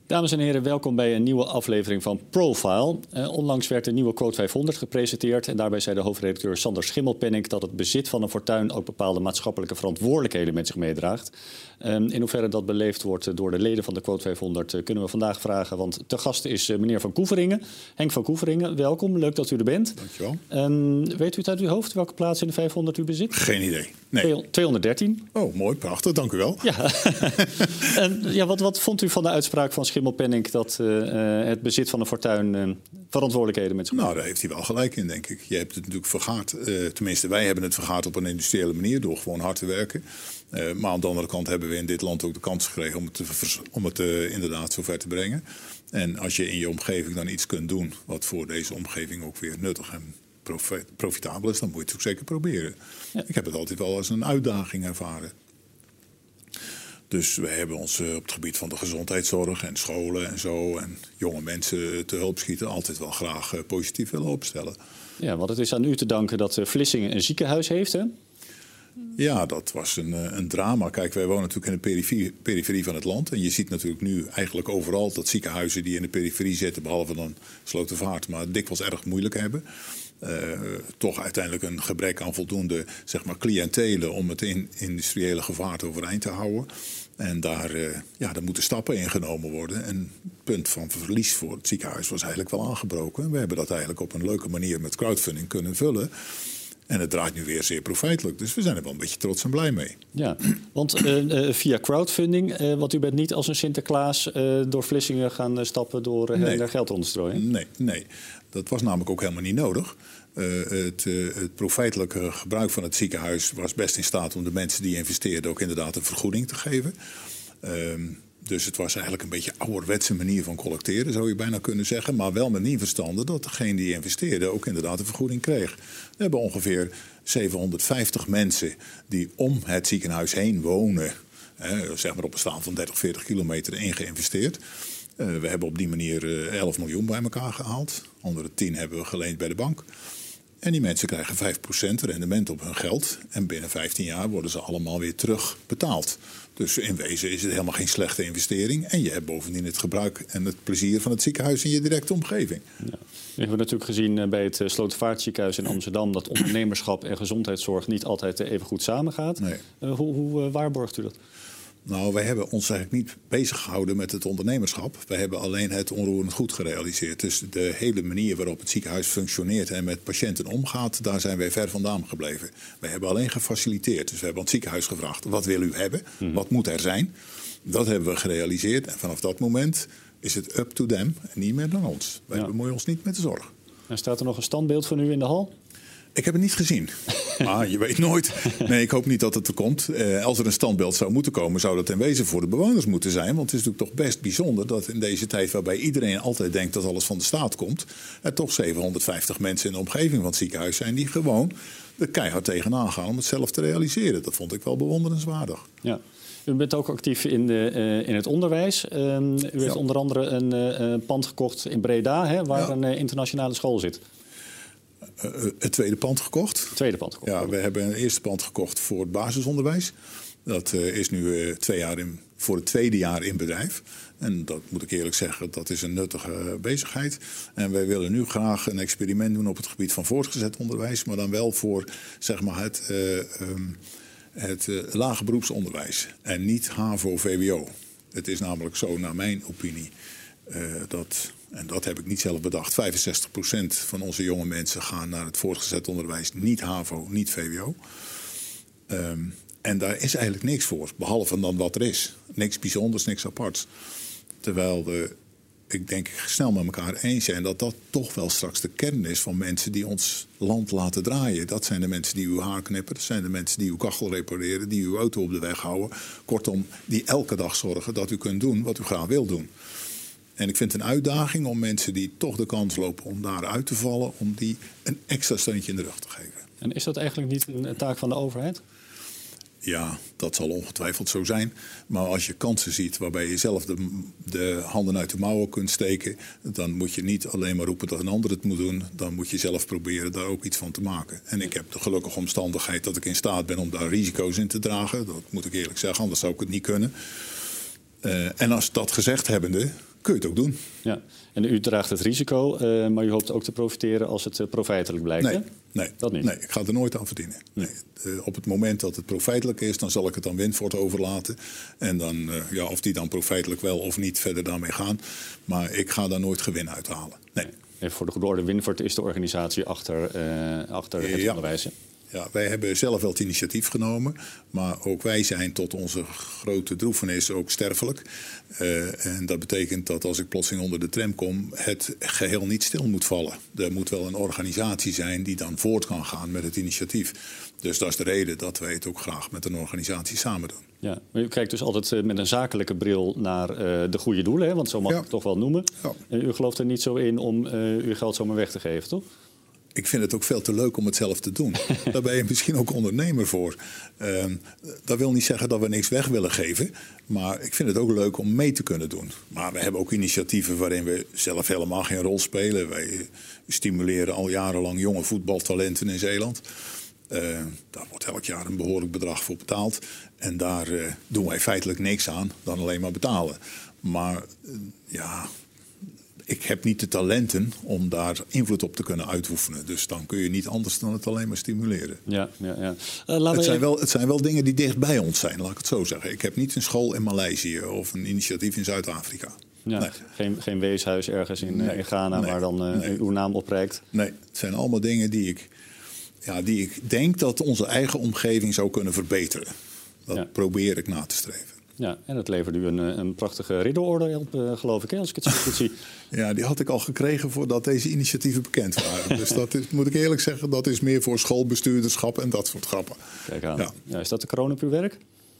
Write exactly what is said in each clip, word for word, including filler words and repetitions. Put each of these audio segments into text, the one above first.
Dames en heren, welkom bij een nieuwe aflevering van Profile. Uh, onlangs werd de nieuwe Quote vijfhonderd gepresenteerd. En daarbij zei de hoofdredacteur Sander Schimmelpenninck dat het bezit van een fortuin ook bepaalde maatschappelijke verantwoordelijkheden met zich meedraagt. Uh, in hoeverre dat beleefd wordt door de leden van de Quote vijfhonderd uh, kunnen we vandaag vragen. Want te gast is uh, meneer Van Koeveringen. Henk van Koeveringen, welkom. Leuk dat u er bent. Dankjewel. Um, weet u het uit uw hoofd welke plaats in de vijfhonderd u bezit? Geen idee. Nee. tweehonderddertien. Oh, mooi. Prachtig. Dank u wel. Ja. en, ja, wat, wat vond u van de uitspraak van Schimmelpenninck dat uh, uh, het bezit van een fortuin uh, verantwoordelijkheden met zich Nou, daar heeft hij wel gelijk in, denk ik. Je hebt het natuurlijk vergaard. Uh, tenminste, wij hebben het vergaard op een industriële manier door gewoon hard te werken. Uh, maar aan de andere kant hebben we in dit land ook de kans gekregen om het, te, om het uh, inderdaad zover te brengen. En als je in je omgeving dan iets kunt doen wat voor deze omgeving ook weer nuttig en profitabel is, dan moet je het ook zeker proberen. Ja. Ik heb het altijd wel als een uitdaging ervaren. Dus we hebben ons op het gebied van de gezondheidszorg en scholen en zo en jonge mensen te hulp schieten altijd wel graag positief willen opstellen. Ja, want het is aan u te danken dat Vlissingen een ziekenhuis heeft, hè? Ja, dat was een, een drama. Kijk, wij wonen natuurlijk in de periferie, periferie van het land. En je ziet natuurlijk nu eigenlijk overal dat ziekenhuizen die in de periferie zitten, behalve dan Slotervaart, maar dikwijls erg moeilijk hebben. Uh, toch uiteindelijk een gebrek aan voldoende zeg maar, cliëntelen om het in, industriële gevaarte overeind te houden. En daar, uh, ja, daar moeten stappen in genomen worden. En het punt van verlies voor het ziekenhuis was eigenlijk wel aangebroken. We hebben dat eigenlijk op een leuke manier met crowdfunding kunnen vullen. En het draait nu weer zeer profijtelijk. Dus we zijn er wel een beetje trots en blij mee. Ja, want uh, uh, via crowdfunding, uh, want u bent niet als een Sinterklaas uh, door Vlissingen gaan uh, stappen door uh, nee. daar geld rond te strooien? Nee, nee, dat was namelijk ook helemaal niet nodig. Uh, het, uh, het profijtelijke gebruik van het ziekenhuis was best in staat om de mensen die investeerden ook inderdaad een vergoeding te geven. Uh, Dus het was eigenlijk een beetje een ouderwetse manier van collecteren, zou je bijna kunnen zeggen. Maar wel met niet verstande dat degene die investeerde ook inderdaad een vergoeding kreeg. We hebben ongeveer zevenhonderdvijftig mensen die om het ziekenhuis heen wonen. Hè, zeg maar op een staal van dertig, veertig kilometer in geïnvesteerd. Uh, we hebben op die manier uh, elf miljoen bij elkaar gehaald. Andere tien hebben we geleend bij de bank. En die mensen krijgen vijf procent rendement op hun geld. En binnen vijftien jaar worden ze allemaal weer terugbetaald. Dus in wezen is het helemaal geen slechte investering. En je hebt bovendien het gebruik en het plezier van het ziekenhuis in je directe omgeving. Ja. We hebben natuurlijk gezien bij het Slotervaartziekenhuis in Amsterdam dat ondernemerschap en gezondheidszorg niet altijd even goed samengaat. Nee. Uh, hoe hoe uh, waarborgt u dat? Nou, wij hebben ons eigenlijk niet bezig gehouden met het ondernemerschap. Wij hebben alleen het onroerend goed gerealiseerd. Dus de hele manier waarop het ziekenhuis functioneert en met patiënten omgaat, daar zijn wij ver vandaan gebleven. Wij hebben alleen gefaciliteerd. Dus we hebben aan het ziekenhuis gevraagd, wat wil u hebben? Hmm. Wat moet er zijn? Dat hebben we gerealiseerd. En vanaf dat moment is het up to them en niet meer dan ons. Wij ja. bemoeien ons niet met de zorg. En staat er nog een standbeeld van u in de hal? Ik heb het niet gezien. Maar je weet nooit. Nee, ik hoop niet dat het er komt. Uh, als er een standbeeld zou moeten komen, zou dat in wezen voor de bewoners moeten zijn. Want het is natuurlijk toch best bijzonder dat in deze tijd waarbij iedereen altijd denkt dat alles van de staat komt, er toch zevenhonderdvijftig mensen in de omgeving van het ziekenhuis zijn die gewoon er keihard tegenaan gaan om het zelf te realiseren. Dat vond ik wel bewonderenswaardig. Ja. U bent ook actief in, de, uh, in het onderwijs. Um, u heeft ja. onder andere een uh, pand gekocht in Breda, hè, waar ja. een uh, internationale school zit. Uh, het tweede pand gekocht. Het tweede pand gekocht. Ja, we hebben een eerste pand gekocht voor het basisonderwijs. Dat uh, is nu uh, twee jaar in, voor het tweede jaar in bedrijf. En dat moet ik eerlijk zeggen, dat is een nuttige bezigheid. En wij willen nu graag een experiment doen op het gebied van voortgezet onderwijs. Maar dan wel voor zeg maar, het, uh, um, het uh, lage beroepsonderwijs. En niet HAVO, V W O. Het is namelijk zo, naar mijn opinie, uh, dat... En dat heb ik niet zelf bedacht. vijfenzestig procent van onze jonge mensen gaan naar het voortgezet onderwijs. Niet HAVO, niet V W O. Um, en daar is eigenlijk niks voor. Behalve dan wat er is. Niks bijzonders, niks aparts. Terwijl we, ik denk, snel met elkaar eens zijn dat dat toch wel straks de kern is van mensen die ons land laten draaien. Dat zijn de mensen die uw haar knippen. Dat zijn de mensen die uw kachel repareren. Die uw auto op de weg houden. Kortom, die elke dag zorgen dat u kunt doen wat u graag wil doen. En ik vind het een uitdaging om mensen die toch de kans lopen om daaruit te vallen, om die een extra steuntje in de rug te geven. En is dat eigenlijk niet een taak van de overheid? Ja, dat zal ongetwijfeld zo zijn. Maar als je kansen ziet waarbij je zelf de, de handen uit de mouwen kunt steken, dan moet je niet alleen maar roepen dat een ander het moet doen. Dan moet je zelf proberen daar ook iets van te maken. En ik heb de gelukkige omstandigheid dat ik in staat ben om daar risico's in te dragen. Dat moet ik eerlijk zeggen, anders zou ik het niet kunnen. Uh, en als dat gezegd hebbende, kun je het ook doen. Ja. En u draagt het risico, uh, maar u hoopt ook te profiteren als het uh, profijtelijk blijkt, nee, hè? Nee, dat niet. Nee, ik ga er nooit aan verdienen. Nee. Uh, op het moment dat het profijtelijk is, dan zal ik het aan Winford overlaten. En dan, uh, ja, of die dan profijtelijk wel of niet verder daarmee gaan. Maar ik ga daar nooit gewin uithalen. Nee. Even voor de goede orde, Winford is de organisatie achter, uh, achter het ja. onderwijs. Hè? Ja, wij hebben zelf wel het initiatief genomen. Maar ook wij zijn tot onze grote droefenis ook sterfelijk. Uh, en dat betekent dat als ik plotseling onder de tram kom, het geheel niet stil moet vallen. Er moet wel een organisatie zijn die dan voort kan gaan met het initiatief. Dus dat is de reden dat wij het ook graag met een organisatie samen doen. Ja, maar u kijkt dus altijd met een zakelijke bril naar uh, de goede doelen, hè? Want zo mag ik ja. het toch wel noemen. Ja. En u gelooft er niet zo in om uh, uw geld zomaar weg te geven, toch? Ik vind het ook veel te leuk om het zelf te doen. Daar ben je misschien ook ondernemer voor. Uh, dat wil niet zeggen dat we niks weg willen geven. Maar ik vind het ook leuk om mee te kunnen doen. Maar we hebben ook initiatieven waarin we zelf helemaal geen rol spelen. Wij stimuleren al jarenlang jonge voetbaltalenten in Zeeland. Uh, daar wordt elk jaar een behoorlijk bedrag voor betaald. En daar uh, doen wij feitelijk niks aan dan alleen maar betalen. Maar uh, ja... Ik heb niet de talenten om daar invloed op te kunnen uitoefenen. Dus dan kun je niet anders dan het alleen maar stimuleren. Ja, ja, ja. Uh, laten het, zijn we... wel, het zijn wel dingen die dicht bij ons zijn, laat ik het zo zeggen. Ik heb niet een school in Maleisië of een initiatief in Zuid-Afrika. Ja, nee. geen, geen weeshuis ergens in, nee. in Ghana nee. waar dan uh, nee. uw naam op prijkt? Nee, het zijn allemaal dingen die ik, ja, die ik denk dat onze eigen omgeving zou kunnen verbeteren. Dat ja. probeer ik na te streven. Ja, en dat levert u een, een prachtige ridderorde op, uh, geloof ik, hè, als ik het zo goed zie. Ja, die had ik al gekregen voordat deze initiatieven bekend waren. Dus dat is, moet ik eerlijk zeggen, dat is meer voor schoolbestuurderschap en dat soort grappen. Kijk aan. Ja. Ja, is dat de kroon op uw werk?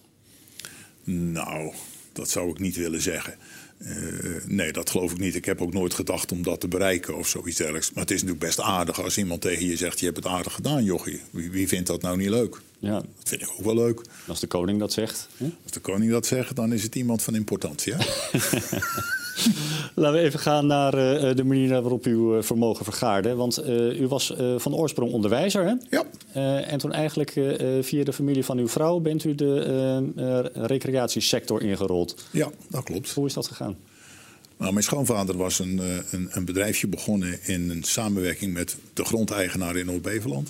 Nou, dat zou ik niet willen zeggen. Uh, nee, dat geloof ik niet. Ik heb ook nooit gedacht om dat te bereiken of zoiets dergelijks. Maar het is natuurlijk best aardig als iemand tegen je zegt... je hebt het aardig gedaan, jochie. Wie, wie vindt dat nou niet leuk? Ja. Dat vind ik ook wel leuk. Als de koning dat zegt? Hè? Als de koning dat zegt, dan is het iemand van importantie. Hè? Laten we even gaan naar uh, de manier waarop u uh, vermogen vergaarde. Want uh, u was uh, van oorsprong onderwijzer, hè? Ja. Uh, en toen eigenlijk uh, via de familie van uw vrouw... bent u de uh, uh, recreatiesector ingerold. Ja, dat klopt. Hoe is dat gegaan? Nou, mijn schoonvader was een, een, een bedrijfje begonnen in een samenwerking met de grondeigenaar in Noord-Beveland.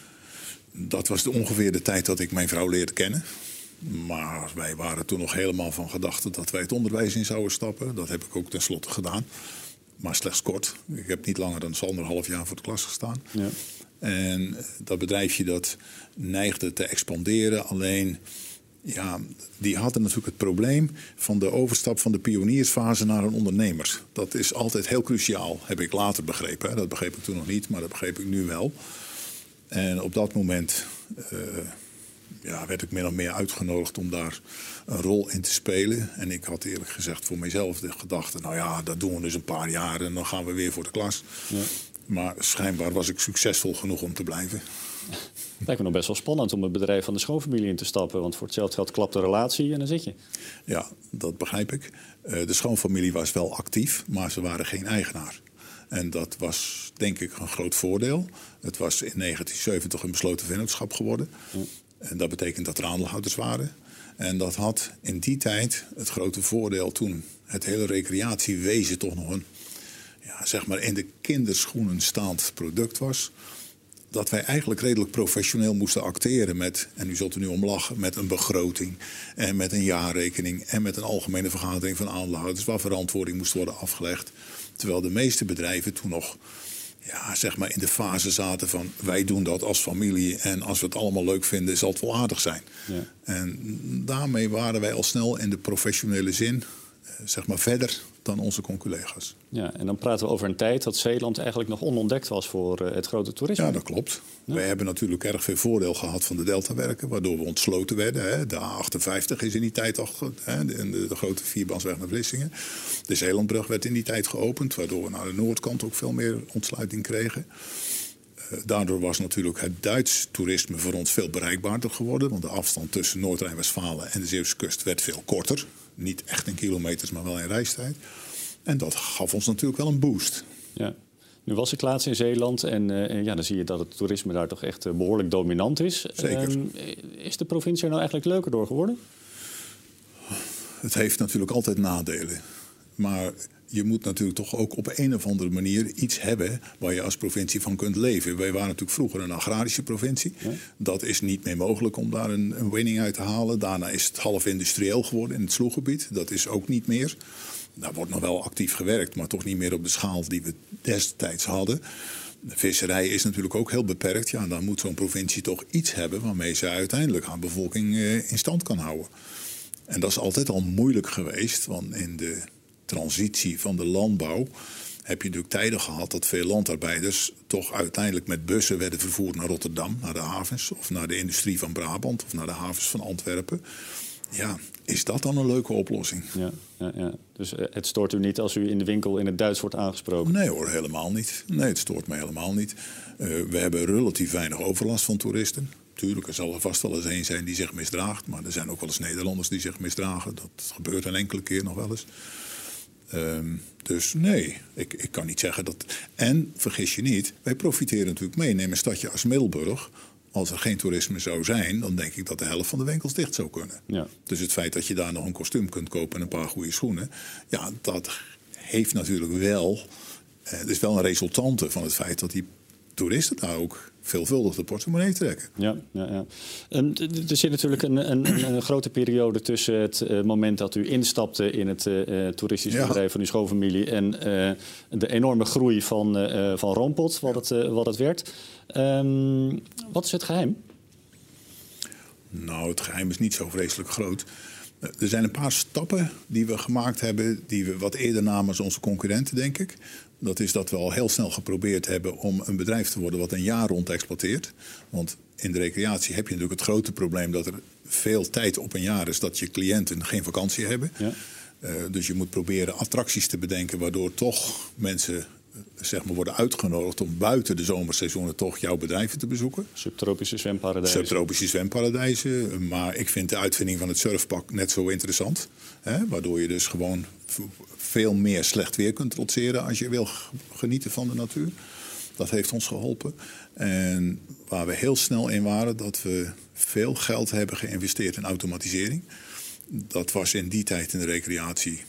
Dat was de ongeveer de tijd dat ik mijn vrouw leerde kennen. Maar wij waren toen nog helemaal van gedachte dat wij het onderwijs in zouden stappen. Dat heb ik ook tenslotte gedaan. Maar slechts kort. Ik heb niet langer dan anderhalf jaar voor de klas gestaan. Ja. En dat bedrijfje dat neigde te expanderen. Alleen, ja, die hadden natuurlijk het probleem van de overstap van de pioniersfase naar een ondernemer. Dat is altijd heel cruciaal, heb ik later begrepen. Hè. Dat begreep ik toen nog niet, maar dat begreep ik nu wel. En op dat moment uh, ja, werd ik min of meer uitgenodigd om daar een rol in te spelen. En ik had eerlijk gezegd voor mezelf de gedachte... nou ja, dat doen we dus een paar jaar en dan gaan we weer voor de klas. Ja. Maar schijnbaar was ik succesvol genoeg om te blijven. Het lijkt me nog best wel spannend om het bedrijf van de schoonfamilie in te stappen. Want voor hetzelfde geld klapt de relatie en dan zit je. Ja, dat begrijp ik. Uh, de schoonfamilie was wel actief, maar ze waren geen eigenaar. En dat was denk ik een groot voordeel. Het was in negentien zeventig een besloten vennootschap geworden. Ja. En dat betekent dat er aandeelhouders waren. En dat had in die tijd het grote voordeel toen het hele recreatiewezen toch nog een, ja, zeg maar in de kinderschoenen staand product was. Dat wij eigenlijk redelijk professioneel moesten acteren met, en u zult er nu om lachen, met een begroting en met een jaarrekening en met een algemene vergadering van aandeelhouders waar verantwoording moest worden afgelegd. Terwijl de meeste bedrijven toen nog, ja, zeg maar in de fase zaten van wij doen dat als familie en als we het allemaal leuk vinden zal het wel aardig zijn. Ja. En daarmee waren wij al snel in de professionele zin, zeg maar verder dan onze conculega's. Ja, en dan praten we over een tijd dat Zeeland eigenlijk nog onontdekt was voor uh, het grote toerisme. Ja, dat klopt. Ja. Wij hebben natuurlijk erg veel voordeel gehad van de deltawerken, waardoor we ontsloten werden. Hè. De A achtenvijftig is in die tijd al, hè, de, de, de grote vierbaansweg naar Vlissingen. De Zeelandbrug werd in die tijd geopend, waardoor we naar de noordkant ook veel meer ontsluiting kregen. Uh, daardoor was natuurlijk het Duits toerisme voor ons veel bereikbaarder geworden, want de afstand tussen Noord-Rijn-Westfalen en de Zeeuwse kust werd veel korter. Niet echt in kilometers, maar wel in reistijd. En dat gaf ons natuurlijk wel een boost. Ja. Nu was ik laatst in Zeeland en, uh, en ja, dan zie je dat het toerisme daar toch echt uh, behoorlijk dominant is. Zeker. Um, is de provincie er nou eigenlijk leuker door geworden? Het heeft natuurlijk altijd nadelen. Maar je moet natuurlijk toch ook op een of andere manier iets hebben waar je als provincie van kunt leven. Wij waren natuurlijk vroeger een agrarische provincie. Ja. Dat is niet meer mogelijk om daar een, een winning uit te halen. Daarna is het half industrieel geworden in het sloeggebied. Dat is ook niet meer. Daar wordt nog wel actief gewerkt, maar toch niet meer op de schaal die we destijds hadden. De visserij is natuurlijk ook heel beperkt. Ja, dan moet zo'n provincie toch iets hebben waarmee ze uiteindelijk haar bevolking uh, in stand kan houden. En dat is altijd al moeilijk geweest, want in de transitie van de landbouw heb je natuurlijk tijden gehad dat veel landarbeiders toch uiteindelijk met bussen werden vervoerd naar Rotterdam, naar de havens, of naar de industrie van Brabant, of naar de havens van Antwerpen. Ja, is dat dan een leuke oplossing? Ja, ja, ja. Dus uh, het stoort u niet als u in de winkel in het Duits wordt aangesproken? Nee hoor, helemaal niet. Nee, het stoort me helemaal niet. Uh, we hebben relatief weinig overlast van toeristen. Tuurlijk, er zal er vast wel eens een zijn die zich misdraagt. Maar er zijn ook wel eens Nederlanders die zich misdragen. Dat gebeurt een enkele keer nog wel eens. Um, dus nee, ik, ik kan niet zeggen dat... En, vergis je niet, wij profiteren natuurlijk mee. Neem een stadje als Middelburg. Als er geen toerisme zou zijn, dan denk ik dat de helft van de winkels dicht zou kunnen. Ja. Dus het feit dat je daar nog een kostuum kunt kopen en een paar goede schoenen... ja, dat heeft natuurlijk wel... Eh, het is wel een resultante van het feit dat die toeristen daar ook veelvuldig de portemonnee trekken. Ja, ja, ja. Um, er zit natuurlijk een, een, een grote periode tussen het uh, moment dat u instapte in het uh, toeristisch ja. bedrijf van uw schoonfamilie en uh, de enorme groei van, uh, van Roompot, wat, ja. het, uh, wat het werd. Um, wat is het geheim? Nou, het geheim is niet zo vreselijk groot. Er zijn een paar stappen die we gemaakt hebben, die we wat eerder namen als onze concurrenten, denk ik. Dat is dat we al heel snel geprobeerd hebben om een bedrijf te worden wat een jaar rond exploiteert. Want in de recreatie heb je natuurlijk het grote probleem dat er veel tijd op een jaar is dat je cliënten geen vakantie hebben. Ja. Uh, dus je moet proberen attracties te bedenken waardoor toch mensen zeg maar, worden uitgenodigd om buiten de zomerseizoenen toch jouw bedrijven te bezoeken. Subtropische zwemparadijzen. Subtropische zwemparadijzen. Maar ik vind de uitvinding van het surfpak net zo interessant. Hè, waardoor je dus gewoon veel meer slecht weer kunt trotseren als je wil genieten van de natuur. Dat heeft ons geholpen. En waar we heel snel in waren, dat we veel geld hebben geïnvesteerd in automatisering. Dat was in die tijd in de recreatie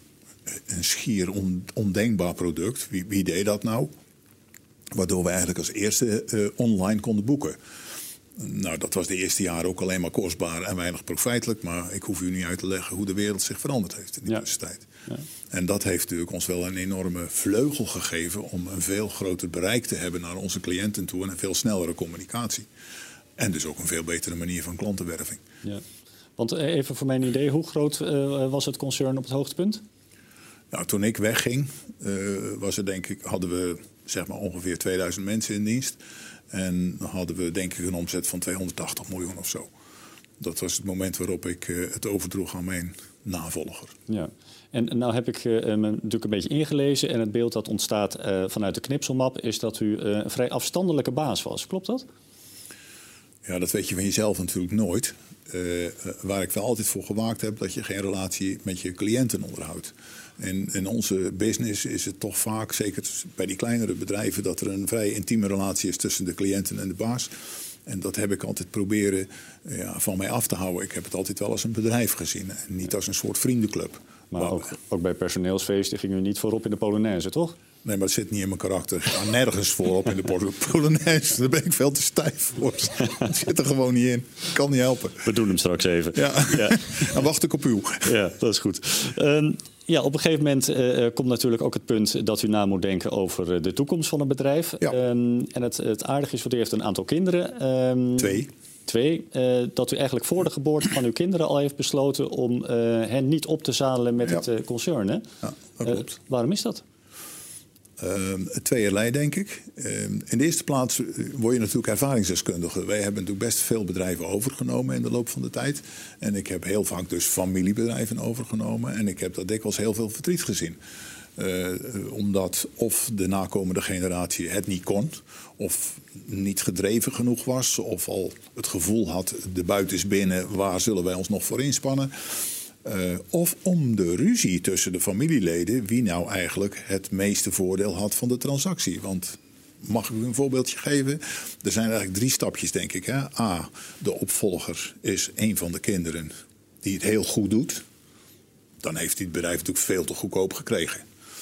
een schier on, ondenkbaar product. Wie, wie deed dat nou? Waardoor we eigenlijk als eerste uh, online konden boeken. Nou, dat was de eerste jaren ook alleen maar kostbaar en weinig profijtelijk. Maar ik hoef u niet uit te leggen hoe de wereld zich veranderd heeft in die ja. tussentijd. Ja. En dat heeft natuurlijk ons wel een enorme vleugel gegeven om een veel groter bereik te hebben naar onze cliënten toe en een veel snellere communicatie. En dus ook een veel betere manier van klantenwerving. Ja. Want even voor mijn idee, hoe groot uh, was het concern op het hoogtepunt? Nou, toen ik wegging, uh, was er denk ik, hadden we zeg maar ongeveer tweeduizend mensen in dienst. En hadden we denk ik een omzet van tweehonderdtachtig miljoen of zo. Dat was het moment waarop ik uh, het overdroeg aan mijn navolger. Ja. En nou heb ik uh, me natuurlijk een beetje ingelezen. En het beeld dat ontstaat uh, vanuit de knipselmap is dat u uh, een vrij afstandelijke baas was. Klopt dat? Ja, dat weet je van jezelf natuurlijk nooit. Uh, waar ik wel altijd voor gewaakt heb, dat je geen relatie met je cliënten onderhoudt. En in onze business is het toch vaak, zeker bij die kleinere bedrijven, dat er een vrij intieme relatie is tussen de cliënten en de baas. En dat heb ik altijd proberen ja, van mij af te houden. Ik heb het altijd wel als een bedrijf gezien en niet als een soort vriendenclub. Maar ook, ook bij personeelsfeesten ging u niet voorop in de Polonaise, toch? Nee, maar het zit niet in mijn karakter. Ik ga nergens voorop in de Polonaise. Daar ben ik veel te stijf voor. Het zit er gewoon niet in. Ik kan niet helpen. We doen hem straks even. Ja, ja. Dan wacht ik op u. Ja, dat is goed. Um, ja, op een gegeven moment uh, komt natuurlijk ook het punt dat u na moet denken over uh, de toekomst van een bedrijf. Ja. Um, en het, het aardige is, want u heeft een aantal kinderen. Um, Twee. Twee, uh, dat u eigenlijk voor de geboorte van uw kinderen al heeft besloten om uh, hen niet op te zadelen met ja. het uh, concern. Hè? Ja, dat klopt. Uh, waarom is dat? Uh, tweeërlei, denk ik. Uh, in de eerste plaats word je natuurlijk ervaringsdeskundige. Wij hebben natuurlijk best veel bedrijven overgenomen in de loop van de tijd. En ik heb heel vaak dus familiebedrijven overgenomen. En ik heb daar dikwijls heel veel verdriet gezien. Uh, omdat of de nakomende generatie het niet kon, of niet gedreven genoeg was, of al het gevoel had, de buit is binnen, waar zullen wij ons nog voor inspannen? Uh, of om de ruzie tussen de familieleden, wie nou eigenlijk het meeste voordeel had van de transactie. Want mag ik u een voorbeeldje geven? Er zijn eigenlijk drie stapjes, denk ik. Hè? A, de opvolger is een van de kinderen die het heel goed doet. Dan heeft hij het bedrijf natuurlijk veel te goedkoop gekregen.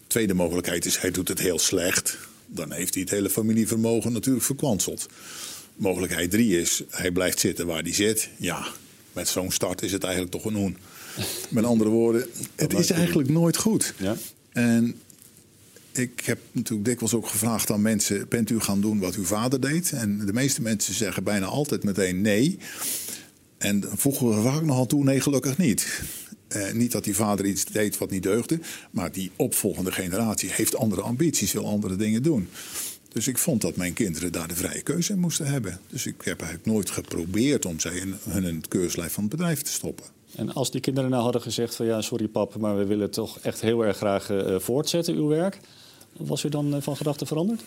Tweede mogelijkheid is, hij doet het heel slecht. Dan heeft hij het hele familievermogen natuurlijk verkwanseld. Mogelijkheid drie is, hij blijft zitten waar hij zit. Ja, met zo'n start is het eigenlijk toch een hoen. Met andere woorden, het is eigenlijk nooit goed. Ja. En ik heb natuurlijk dikwijls ook gevraagd aan mensen, bent u gaan doen wat uw vader deed? En de meeste mensen zeggen bijna altijd meteen nee. En dan voegen we vaak nogal toe, nee, gelukkig niet. Uh, niet dat die vader iets deed wat niet deugde, maar die opvolgende generatie heeft andere ambities, wil andere dingen doen. Dus ik vond dat mijn kinderen daar de vrije keuze in moesten hebben. Dus ik heb eigenlijk nooit geprobeerd om zij in, hun in het keurslijf van het bedrijf te stoppen. En als die kinderen nou hadden gezegd van ja, sorry pap, maar we willen toch echt heel erg graag uh, voortzetten, uw werk. Was u dan uh, van gedachten veranderd?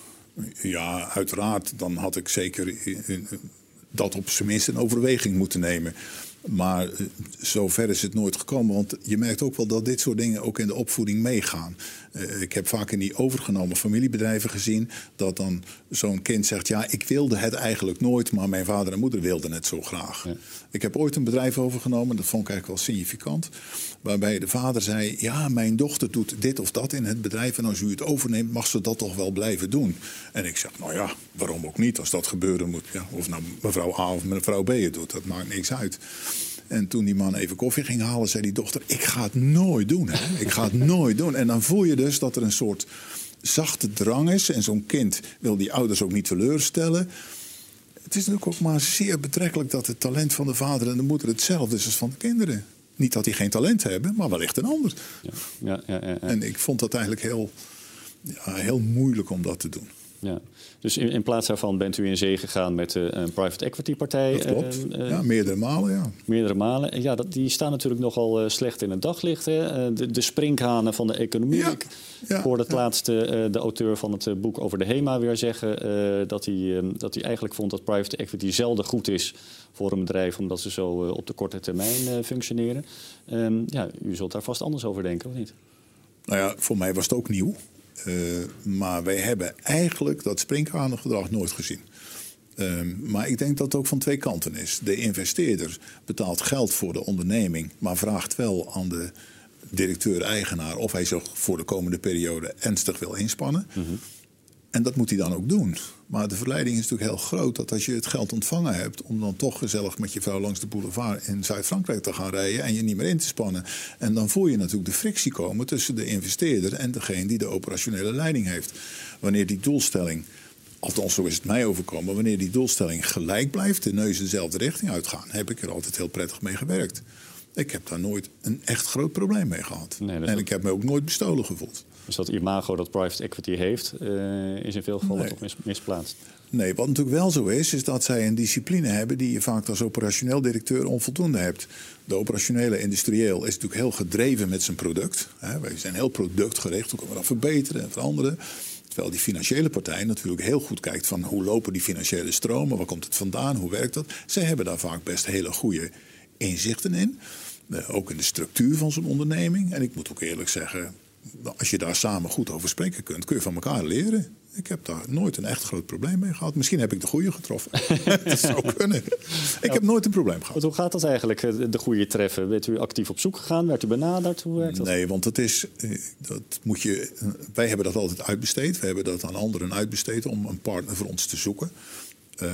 Ja, uiteraard. Dan had ik zeker in, in, dat op zijn minst in overweging moeten nemen. Maar zover is het nooit gekomen. Want je merkt ook wel dat dit soort dingen ook in de opvoeding meegaan. Uh, ik heb vaak in die overgenomen familiebedrijven gezien dat dan zo'n kind zegt, ja, ik wilde het eigenlijk nooit, maar mijn vader en moeder wilden het zo graag. Ja. Ik heb ooit een bedrijf overgenomen, dat vond ik eigenlijk wel significant, waarbij de vader zei, ja, mijn dochter doet dit of dat in het bedrijf en als u het overneemt, mag ze dat toch wel blijven doen. En ik zeg, nou ja, waarom ook niet? Als dat gebeuren moet, ja, of nou mevrouw A of mevrouw B het doet, dat maakt niks uit. En toen die man even koffie ging halen, zei die dochter, ik ga het nooit doen. Hè? Ik ga het nooit doen. En dan voel je dus dat er een soort zachte drang is. En zo'n kind wil die ouders ook niet teleurstellen. Het is natuurlijk ook maar zeer betrekkelijk dat het talent van de vader en de moeder hetzelfde is als van de kinderen. Niet dat die geen talent hebben, maar wellicht een ander. Ja, ja, ja, ja, ja. En ik vond dat eigenlijk heel, ja, heel moeilijk om dat te doen. Ja. Dus in, in plaats daarvan bent u in zee gegaan met uh, een private equity partij. Dat klopt. Uh, uh, ja, meerdere malen, ja. Meerdere malen. En ja, dat, die staan natuurlijk nogal uh, slecht in het daglicht. Hè? Uh, de, de sprinkhanen van de economie. Ja, ik ja, hoorde het ja. laatste uh, de auteur van het uh, boek over de HEMA weer zeggen uh, dat hij uh, dat hij eigenlijk vond dat private equity zelden goed is voor een bedrijf, omdat ze zo uh, op de korte termijn uh, functioneren. Um, ja, u zult daar vast anders over denken, of niet? Nou ja, voor mij was het ook nieuw. Uh, maar wij hebben eigenlijk dat sprinkhanengedrag nooit gezien. Uh, maar ik denk dat het ook van twee kanten is. De investeerder betaalt geld voor de onderneming, maar vraagt wel aan de directeur-eigenaar of hij zich voor de komende periode ernstig wil inspannen. Mm-hmm. En dat moet hij dan ook doen. Maar de verleiding is natuurlijk heel groot dat als je het geld ontvangen hebt om dan toch gezellig met je vrouw langs de boulevard in Zuid-Frankrijk te gaan rijden en je niet meer in te spannen. En dan voel je natuurlijk de frictie komen tussen de investeerder en degene die de operationele leiding heeft. Wanneer die doelstelling, althans zo is het mij overkomen, wanneer die doelstelling gelijk blijft, de neus dezelfde richting uitgaan, heb ik er altijd heel prettig mee gewerkt. Ik heb daar nooit een echt groot probleem mee gehad. Nee, en ik heb me ook nooit bestolen gevoeld. Dus dat imago dat private equity heeft, uh, is in veel gevallen nee. toch mis, misplaatst? Nee, wat natuurlijk wel zo is, is dat zij een discipline hebben die je vaak als operationeel directeur onvoldoende hebt. De operationele industrieel is natuurlijk heel gedreven met zijn product. Wij zijn heel productgericht, hoe kunnen we dat verbeteren en veranderen. Terwijl die financiële partij natuurlijk heel goed kijkt van hoe lopen die financiële stromen, waar komt het vandaan, hoe werkt dat. Zij hebben daar vaak best hele goede inzichten in. Uh, ook in de structuur van zo'n onderneming. En ik moet ook eerlijk zeggen, als je daar samen goed over spreken kunt, kun je van elkaar leren. Ik heb daar nooit een echt groot probleem mee gehad. Misschien heb ik de goede getroffen. Dat zou kunnen. Ik ja, heb nooit een probleem gehad. Hoe gaat dat eigenlijk, de goede treffen? Bent u actief op zoek gegaan? Werd u benaderd? Hoe werkt dat? Nee, want het is, dat moet je, wij hebben dat altijd uitbesteed. We hebben dat aan anderen uitbesteed om een partner voor ons te zoeken. Uh,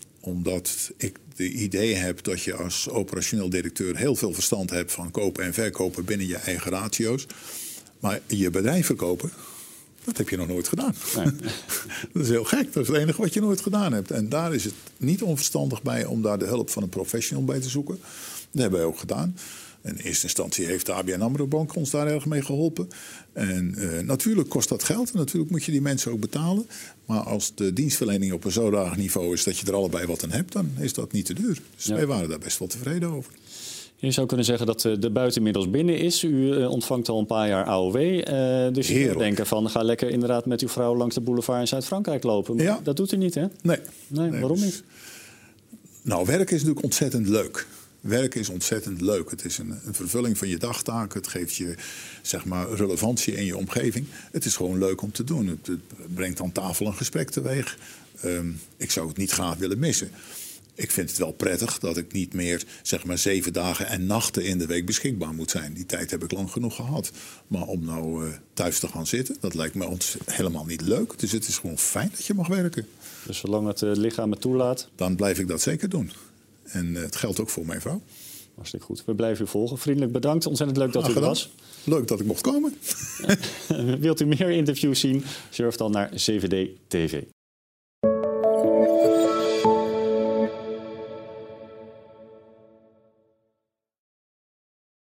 omdat ik de idee heb dat je als operationeel directeur heel veel verstand hebt van kopen en verkopen binnen je eigen ratio's. Maar je bedrijf verkopen, dat heb je nog nooit gedaan. Nee. Dat is heel gek. Dat is het enige wat je nooit gedaan hebt. En daar is het niet onverstandig bij om daar de hulp van een professional bij te zoeken. Dat hebben wij ook gedaan. In eerste instantie heeft de A B N AMRO Bank ons daar erg mee geholpen. En uh, natuurlijk kost dat geld. En natuurlijk moet je die mensen ook betalen. Maar als de dienstverlening op een zodanig niveau is dat je er allebei wat aan hebt, dan is dat niet te duur. Dus ja. wij waren daar best wel tevreden over. Je zou kunnen zeggen dat de buit inmiddels binnen is. U ontvangt al een paar jaar A O W. Uh, dus je kunt denken van ga lekker inderdaad met uw vrouw langs de boulevard in Zuid-Frankrijk lopen. Maar ja. dat doet u niet, hè? Nee. nee, nee waarom dus, niet? Nou, werken is natuurlijk ontzettend leuk. Werken is ontzettend leuk. Het is een, een vervulling van je dagtaak. Het geeft je zeg maar, relevantie in je omgeving. Het is gewoon leuk om te doen. Het, het brengt aan tafel een gesprek teweeg. Um, ik zou het niet graag willen missen. ik vind het wel prettig dat ik niet meer zeg maar zeven dagen en nachten in de week beschikbaar moet zijn. Die tijd heb ik lang genoeg gehad. Maar om nou uh, thuis te gaan zitten, dat lijkt me ons helemaal niet leuk. Dus het is gewoon fijn dat je mag werken. Dus zolang het uh, lichaam het toelaat? Dan blijf ik dat zeker doen. En uh, het geldt ook voor mijn vrouw. Hartstikke goed. We blijven u volgen. Vriendelijk bedankt. Ontzettend leuk dat u er was. Leuk dat ik mocht komen. Wilt u meer interviews zien? Surf dan naar C V D T V.